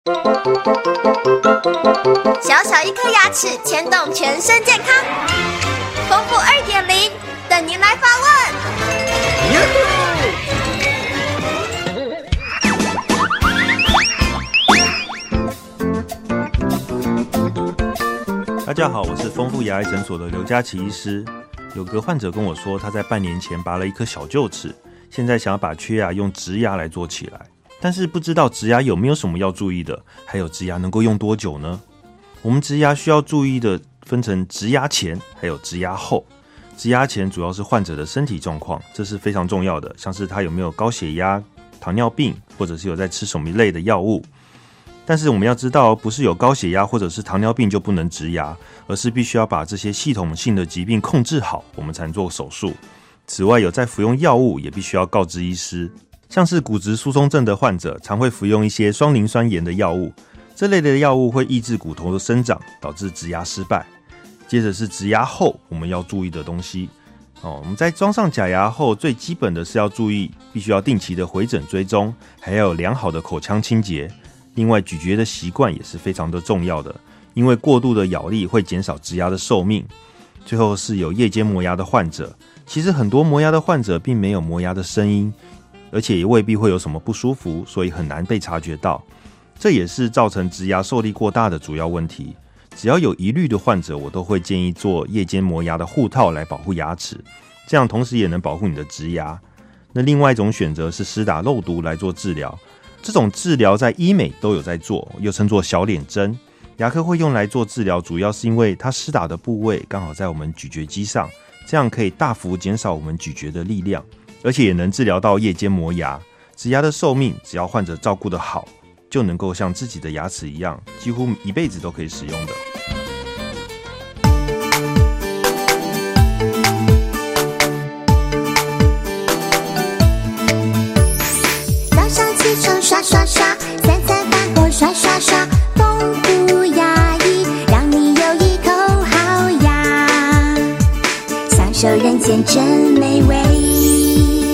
小小一颗牙齿牵动全身健康，丰富2.0等您来发问。大家好，我是丰富牙医诊所的刘佳琪医师。有个患者跟我说，他在半年前拔了一颗小臼齿，现在想要把缺牙用植牙来做起来，但是不知道植牙有没有什么要注意的，还有植牙能够用多久呢？我们植牙需要注意的分成植牙前还有植牙后。植牙前主要是患者的身体状况，这是非常重要的，像是他有没有高血压、糖尿病，或者是有在吃什么类的药物。但是我们要知道，不是有高血压或者是糖尿病就不能植牙，而是必须要把这些系统性的疾病控制好，我们才能做手术。此外，有在服用药物也必须要告知医师。像是骨质疏松症的患者，常会服用一些双磷酸盐的药物，这类的药物会抑制骨头的生长，导致植牙失败。接着是植牙后我们要注意的东西。我们在装上假牙后，最基本的是要注意，必须要定期的回诊追踪，还要有良好的口腔清洁。另外，咀嚼的习惯也是非常的重要的，因为过度的咬力会减少植牙的寿命。最后是有夜间磨牙的患者，其实很多磨牙的患者并没有磨牙的声音，而且也未必会有什么不舒服，所以很难被察觉到。这也是造成植牙受力过大的主要问题。只要有疑虑的患者，我都会建议做夜间磨牙的护套来保护牙齿，这样同时也能保护你的植牙。那另外一种选择是施打肉毒来做治疗，这种治疗在医美都有在做，又称作小脸针。牙科会用来做治疗，主要是因为它施打的部位刚好在我们咀嚼肌上，这样可以大幅减少我们咀嚼的力量，而且也能治疗到夜间磨牙。植牙的寿命，只要患者照顾得好，就能够像自己的牙齿一样，几乎一辈子都可以使用的。 早上起床刷刷刷，三餐饭后刷刷刷，丰富牙医让你有一口好牙，享受人间真美味。